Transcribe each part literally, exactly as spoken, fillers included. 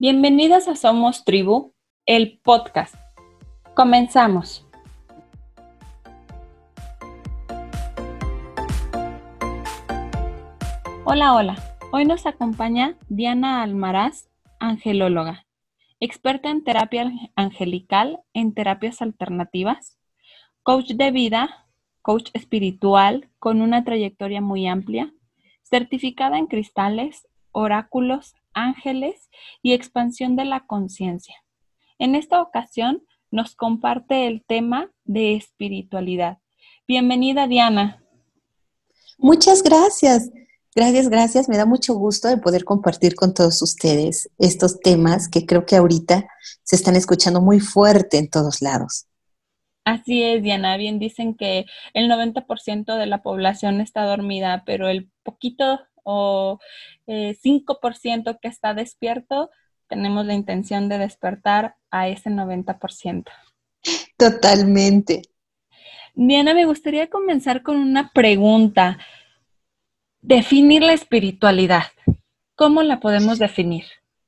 Bienvenidas a Somos Tribu, el podcast. Comenzamos. Hola, hola. Hoy nos acompaña Diana Almaraz, angelóloga, experta en terapia angelical, en terapias alternativas, coach de vida, coach espiritual con una trayectoria muy amplia, certificada en cristales, oráculos, ángeles y expansión de la conciencia. En esta ocasión nos comparte el tema de espiritualidad. Bienvenida, Diana. Muchas gracias. Gracias, gracias. Me da mucho gusto de poder compartir con todos ustedes estos temas que creo que ahorita se están escuchando muy fuerte en todos lados. Así es, Diana. Bien dicen que el noventa por ciento de la población está dormida, pero el poquito o eh, cinco por ciento que está despierto, tenemos la intención de despertar a ese noventa por ciento. Totalmente. Diana, me gustaría comenzar con una pregunta. Definir la espiritualidad. ¿Cómo la podemos definir?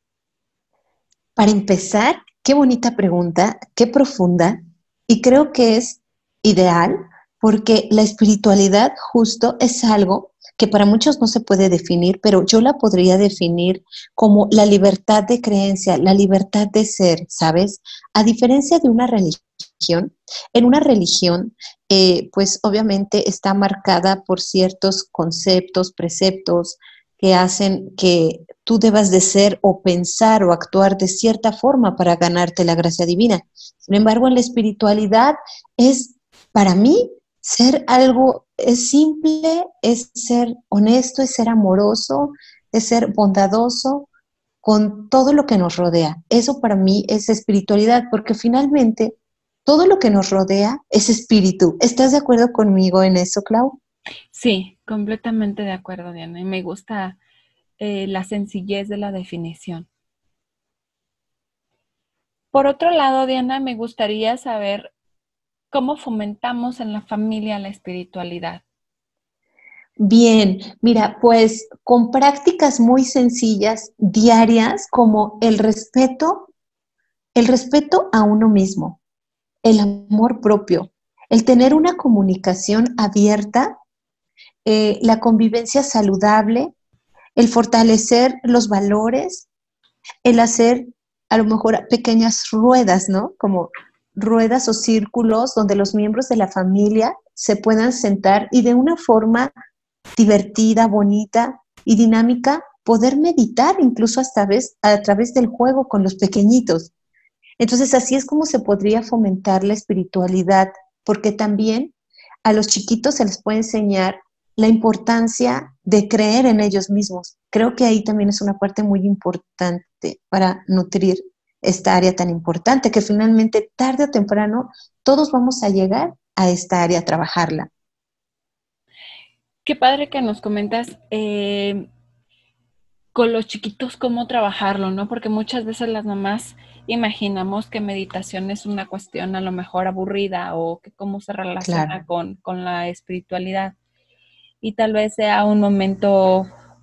Para empezar, qué bonita pregunta, qué profunda, y creo que es ideal porque la espiritualidad justo es algo que para muchos no se puede definir, pero yo la podría definir como la libertad de creencia, la libertad de ser, ¿sabes? A diferencia de una religión, en una religión, eh, pues obviamente está marcada por ciertos conceptos, preceptos que hacen que tú debas de ser o pensar o actuar de cierta forma para ganarte la gracia divina. Sin embargo, en la espiritualidad es, para mí, ser algo, es simple, es ser honesto, es ser amoroso, es ser bondadoso con todo lo que nos rodea. Eso para mí es espiritualidad, porque finalmente todo lo que nos rodea es espíritu. ¿Estás de acuerdo conmigo en eso, Clau? Sí, completamente de acuerdo, Diana. Y me gusta eh, la sencillez de la definición. Por otro lado, Diana, me gustaría saber cómo fomentamos en la familia la espiritualidad. Bien, mira, pues con prácticas muy sencillas, diarias, como el respeto, el respeto a uno mismo, el amor propio, el tener una comunicación abierta, eh, la convivencia saludable, el fortalecer los valores, el hacer a lo mejor pequeñas ruedas, ¿no? Como ruedas o círculos donde los miembros de la familia se puedan sentar y de una forma divertida, bonita y dinámica, poder meditar incluso hasta vez, a través del juego con los pequeñitos. Entonces, así es como se podría fomentar la espiritualidad, porque también a los chiquitos se les puede enseñar la importancia de creer en ellos mismos. Creo que ahí también es una parte muy importante para nutrir esta área tan importante, que finalmente, tarde o temprano, todos vamos a llegar a esta área a trabajarla. Qué padre que nos comentas eh, con los chiquitos cómo trabajarlo, ¿no? Porque muchas veces las mamás imaginamos que meditación es una cuestión a lo mejor aburrida o que cómo se relaciona Claro. con, con la espiritualidad. Y tal vez sea un momento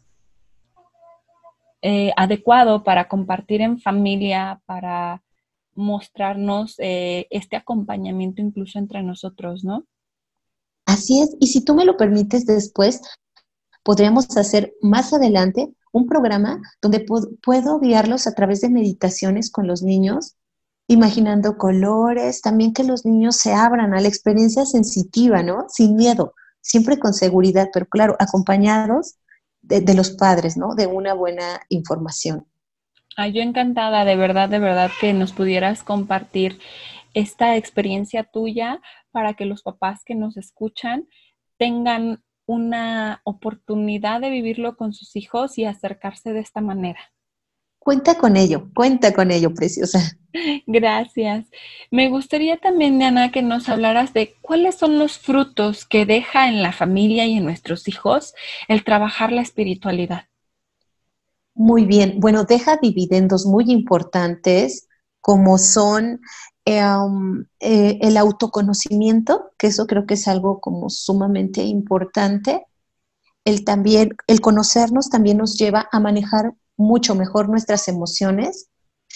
eh, adecuado para compartir en familia, para mostrarnos eh, este acompañamiento incluso entre nosotros, ¿no? Así es, y si tú me lo permites después, podríamos hacer más adelante un programa donde pu- puedo guiarlos a través de meditaciones con los niños, imaginando colores, también que los niños se abran a la experiencia sensitiva, ¿no? Sin miedo, siempre con seguridad, pero claro, acompañados de, de los padres, ¿no? De una buena información. Ay, yo encantada, de verdad, de verdad, que nos pudieras compartir esta experiencia tuya para que los papás que nos escuchan tengan una oportunidad de vivirlo con sus hijos y acercarse de esta manera. Cuenta con ello, cuenta con ello, preciosa. Gracias. Me gustaría también, Diana, que nos hablaras de cuáles son los frutos que deja en la familia y en nuestros hijos el trabajar la espiritualidad. Muy bien, bueno, deja dividendos muy importantes como son eh, um, eh, el autoconocimiento, que eso creo que es algo como sumamente importante. El también, el conocernos también nos lleva a manejar mucho mejor nuestras emociones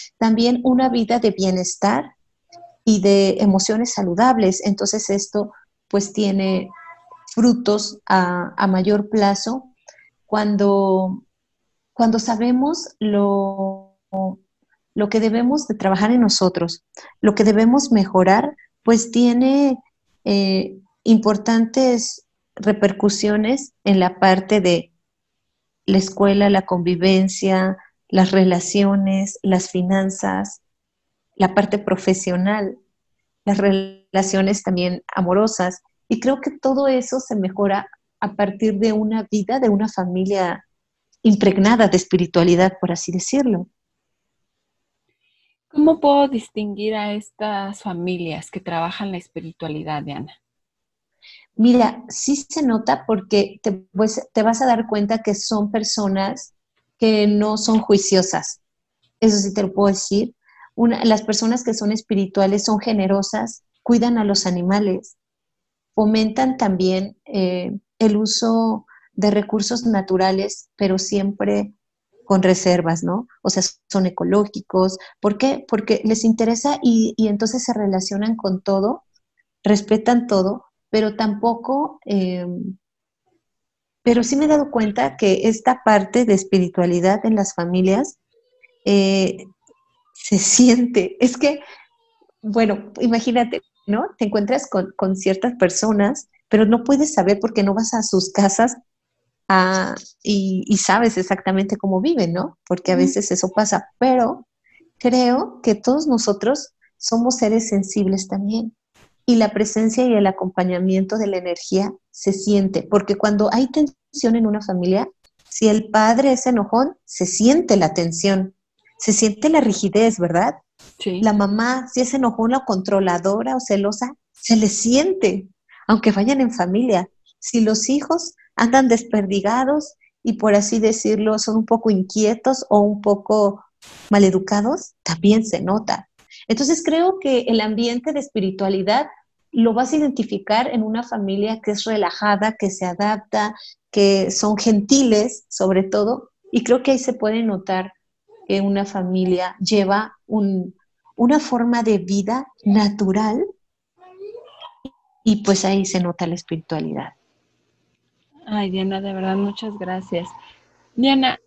También una vida de bienestar y de emociones saludables. Entonces esto pues tiene frutos a, a mayor plazo cuando, cuando sabemos lo, lo que debemos de trabajar en nosotros, lo que debemos mejorar, pues tiene eh, importantes repercusiones en la parte de la escuela, la convivencia, las relaciones, las finanzas, la parte profesional, las relaciones también amorosas. Y creo que todo eso se mejora a partir de una vida, de una familia impregnada de espiritualidad, por así decirlo. ¿Cómo puedo distinguir a estas familias que trabajan la espiritualidad, Diana? Mira, sí se nota porque te, pues, te vas a dar cuenta que son personas que no son juiciosas. Eso sí te lo puedo decir. Una, las personas que son espirituales son generosas, cuidan a los animales, fomentan también eh, el uso de recursos naturales, pero siempre con reservas, ¿no? O sea, son ecológicos. ¿Por qué? Porque les interesa y, y entonces se relacionan con todo, respetan todo, pero tampoco, eh, pero sí me he dado cuenta que esta parte de espiritualidad en las familias eh, se siente. Es que, bueno, imagínate, ¿no? Te encuentras con, con ciertas personas, pero no puedes saber porque no vas a sus casas a, y, y sabes exactamente cómo viven, ¿no? Porque a Ujú. veces eso pasa, pero creo que todos nosotros somos seres sensibles también. Y la presencia y el acompañamiento de la energía se siente, porque cuando hay tensión en una familia, si el padre es enojón, se siente la tensión, se siente la rigidez, ¿verdad? Sí. La mamá, si es enojona o controladora o celosa, se le siente, aunque vayan en familia. Si los hijos andan desperdigados y por así decirlo, son un poco inquietos o un poco maleducados, también se nota. Entonces creo que el ambiente de espiritualidad lo vas a identificar en una familia que es relajada, que se adapta, que son gentiles sobre todo, y creo que ahí se puede notar que una familia lleva un, una forma de vida natural y pues ahí se nota la espiritualidad. Ay, Diana, de verdad, muchas gracias. Diana,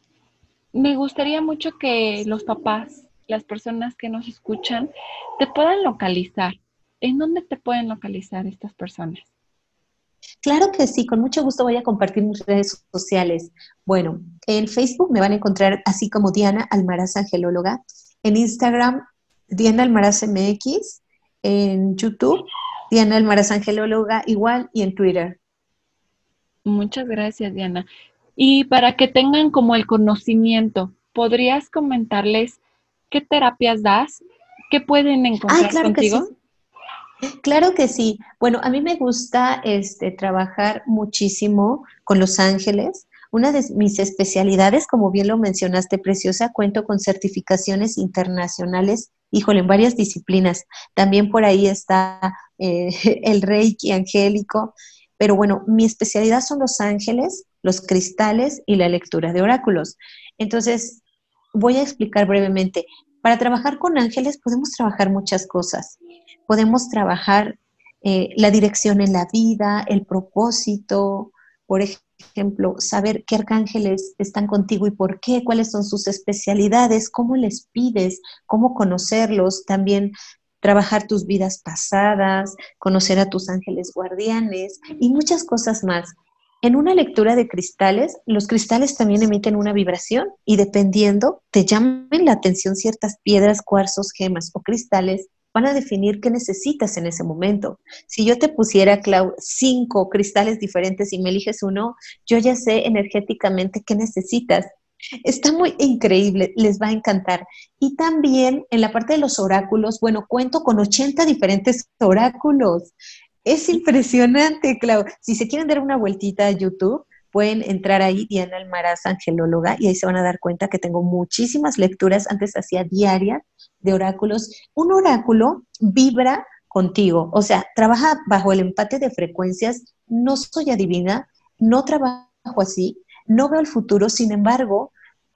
me gustaría mucho que los papás, las personas que nos escuchan, te puedan localizar. ¿En dónde te pueden localizar estas personas? Claro que sí, con mucho gusto voy a compartir mis redes sociales. Bueno, en Facebook me van a encontrar así como Diana Almaraz Angelóloga, en Instagram Diana Almaraz M X, en YouTube Diana Almaraz Angelóloga igual y en Twitter. Muchas gracias, Diana. Y para que tengan como el conocimiento, ¿podrías comentarles qué terapias das? ¿Qué pueden Ay, encontrar claro que contigo? sí. Claro que sí. Bueno, a mí me gusta este, trabajar muchísimo con los ángeles. Una de mis especialidades, como bien lo mencionaste, Preciosa, cuento con certificaciones internacionales, híjole, en varias disciplinas. También por ahí está eh, el Reiki angélico. Pero bueno, mi especialidad son los ángeles, los cristales y la lectura de oráculos. Entonces, voy a explicar brevemente. Para trabajar con ángeles podemos trabajar muchas cosas. Podemos trabajar eh, la dirección en la vida, el propósito, por ejemplo, saber qué arcángeles están contigo y por qué, cuáles son sus especialidades, cómo les pides, cómo conocerlos, también trabajar tus vidas pasadas, conocer a tus ángeles guardianes y muchas cosas más. En una lectura de cristales, los cristales también emiten una vibración y dependiendo te llamen la atención ciertas piedras, cuarzos, gemas o cristales, van a definir qué necesitas en ese momento. Si yo te pusiera, Clau, cinco cristales diferentes y me eliges uno, yo ya sé energéticamente qué necesitas. Está muy increíble, les va a encantar. Y también en la parte de los oráculos, bueno, cuento con ochenta diferentes oráculos. Es impresionante, Clau. Si se quieren dar una vueltita a YouTube, pueden entrar ahí, Diana Almaraz, angelóloga, y ahí se van a dar cuenta que tengo muchísimas lecturas, antes hacía diarias de oráculos. Un oráculo vibra contigo, o sea, trabaja bajo el empate de frecuencias. No soy adivina, no trabajo así, no veo el futuro, sin embargo,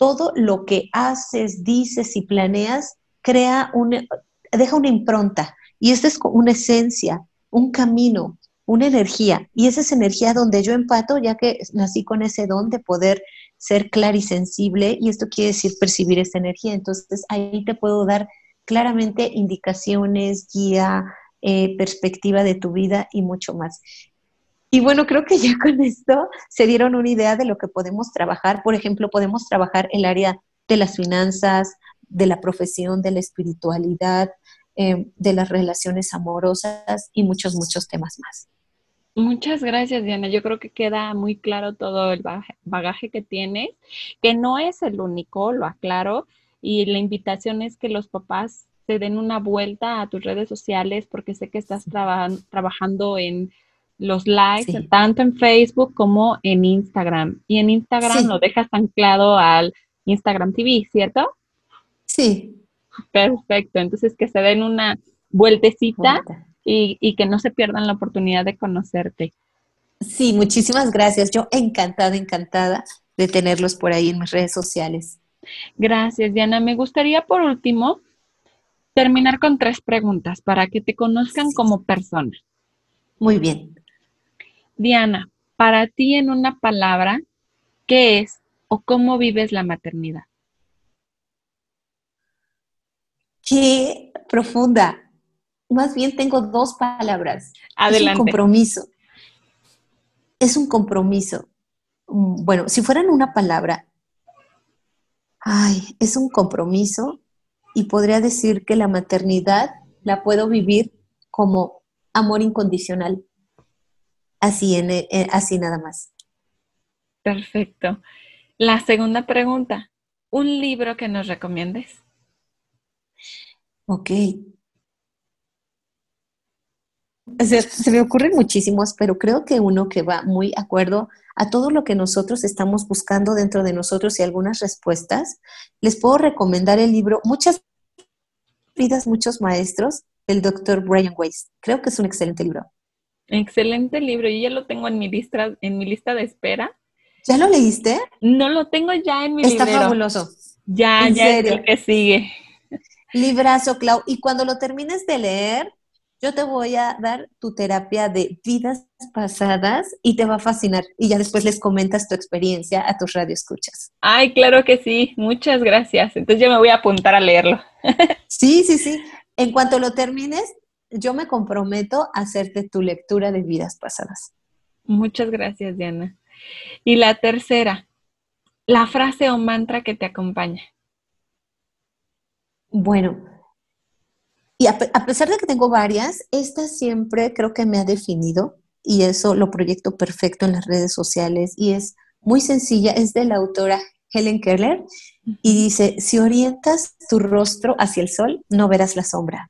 todo lo que haces, dices y planeas crea una, deja una impronta. Y esta es una esencia, un camino, una energía. Y esa es energía donde yo empato, ya que nací con ese don de poder ser clara y sensible. Y esto quiere decir percibir esta energía. Entonces ahí te puedo dar claramente indicaciones, guía, eh, perspectiva de tu vida y mucho más. Y bueno, creo que ya con esto se dieron una idea de lo que podemos trabajar. Por ejemplo, podemos trabajar el área de las finanzas, de la profesión, de la espiritualidad, eh, de las relaciones amorosas y muchos, muchos temas más. Muchas gracias, Diana. Yo creo que queda muy claro todo el bagaje, bagaje que tienes, que no es el único, lo aclaro, y la invitación es que los papás se den una vuelta a tus redes sociales porque sé que estás traba trabajando en los likes, Sí, tanto en Facebook como en Instagram. Y en Instagram lo sí, dejas anclado al Instagram T V, ¿cierto? sí. Perfecto. Entonces que se den una vueltecita Bonita. y, y que no se pierdan la oportunidad de conocerte. Sí, muchísimas gracias. Yo encantada, encantada de tenerlos por ahí en mis redes sociales. Gracias, Diana. Me gustaría, por último, terminar con tres preguntas para que te conozcan como persona. Muy bien. Diana, para ti en una palabra, ¿qué es o cómo vives la maternidad? Qué profunda. Más bien tengo dos palabras. Es un Adelante. compromiso. Es un compromiso. Mm, Bueno, si fueran una palabra, ay, es un compromiso y podría decir que la maternidad la puedo vivir como amor incondicional, así, en, eh, así nada más. Perfecto. La segunda pregunta, ¿un libro que nos recomiendes? Ok. Se, se me ocurren muchísimos, pero creo que uno que va muy acuerdo a todo lo que nosotros estamos buscando dentro de nosotros y algunas respuestas, les puedo recomendar el libro Muchas vidas, muchos maestros, del doctor Brian Weiss. Creo que es un excelente libro. Excelente libro. Yo ya lo tengo en mi lista, en mi lista de espera. ¿Ya lo leíste? No lo tengo ya en mi Está librero. fabuloso. Ya, En ya es el serio. que sigue. Librazo, Clau. Y cuando lo termines de leer, yo te voy a dar tu terapia de vidas pasadas y te va a fascinar. Y ya después les comentas tu experiencia a tus radioescuchas. Ay, claro que sí. Muchas gracias. Entonces yo me voy a apuntar a leerlo. Sí, sí, sí. En cuanto lo termines, yo me comprometo a hacerte tu lectura de vidas pasadas. Muchas gracias, Diana. Y la tercera, la frase o mantra que te acompaña. Bueno, y a, pe- a pesar de que tengo varias, esta siempre creo que me ha definido y eso lo proyecto perfecto en las redes sociales y es muy sencilla, es de la autora Helen Keller y Ujú. dice, si orientas tu rostro hacia el sol, no verás la sombra.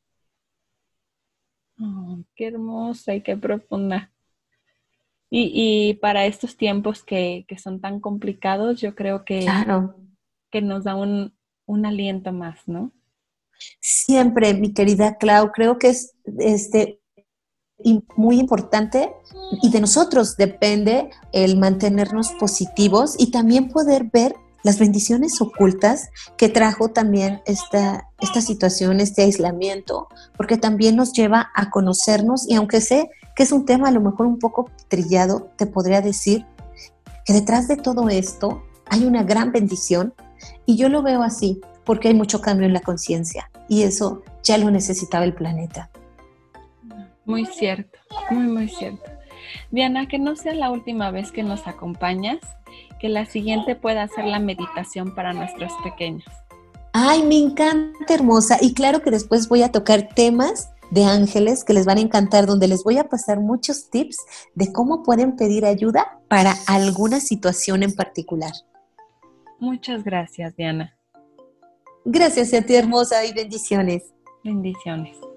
Oh, qué hermosa y qué profunda. Y, y para estos tiempos que, que son tan complicados, yo creo que, Claro, que nos da un, un aliento más, ¿no? siempre, mi querida Clau, creo que es este, y muy importante y de nosotros depende el mantenernos positivos y también poder ver las bendiciones ocultas que trajo también esta, esta situación, este aislamiento, porque también nos lleva a conocernos y aunque sé que es un tema a lo mejor un poco trillado, te podría decir que detrás de todo esto hay una gran bendición y yo lo veo así porque hay mucho cambio en la conciencia y eso ya lo necesitaba el planeta. Muy cierto, muy, muy cierto. Diana, que no sea la última vez que nos acompañas, que la siguiente pueda ser la meditación para nuestros pequeños. Ay, me encanta, hermosa. Y claro que después voy a tocar temas de ángeles que les van a encantar, donde les voy a pasar muchos tips de cómo pueden pedir ayuda para alguna situación en particular. Muchas gracias, Diana. Gracias a ti, hermosa, y bendiciones. Bendiciones.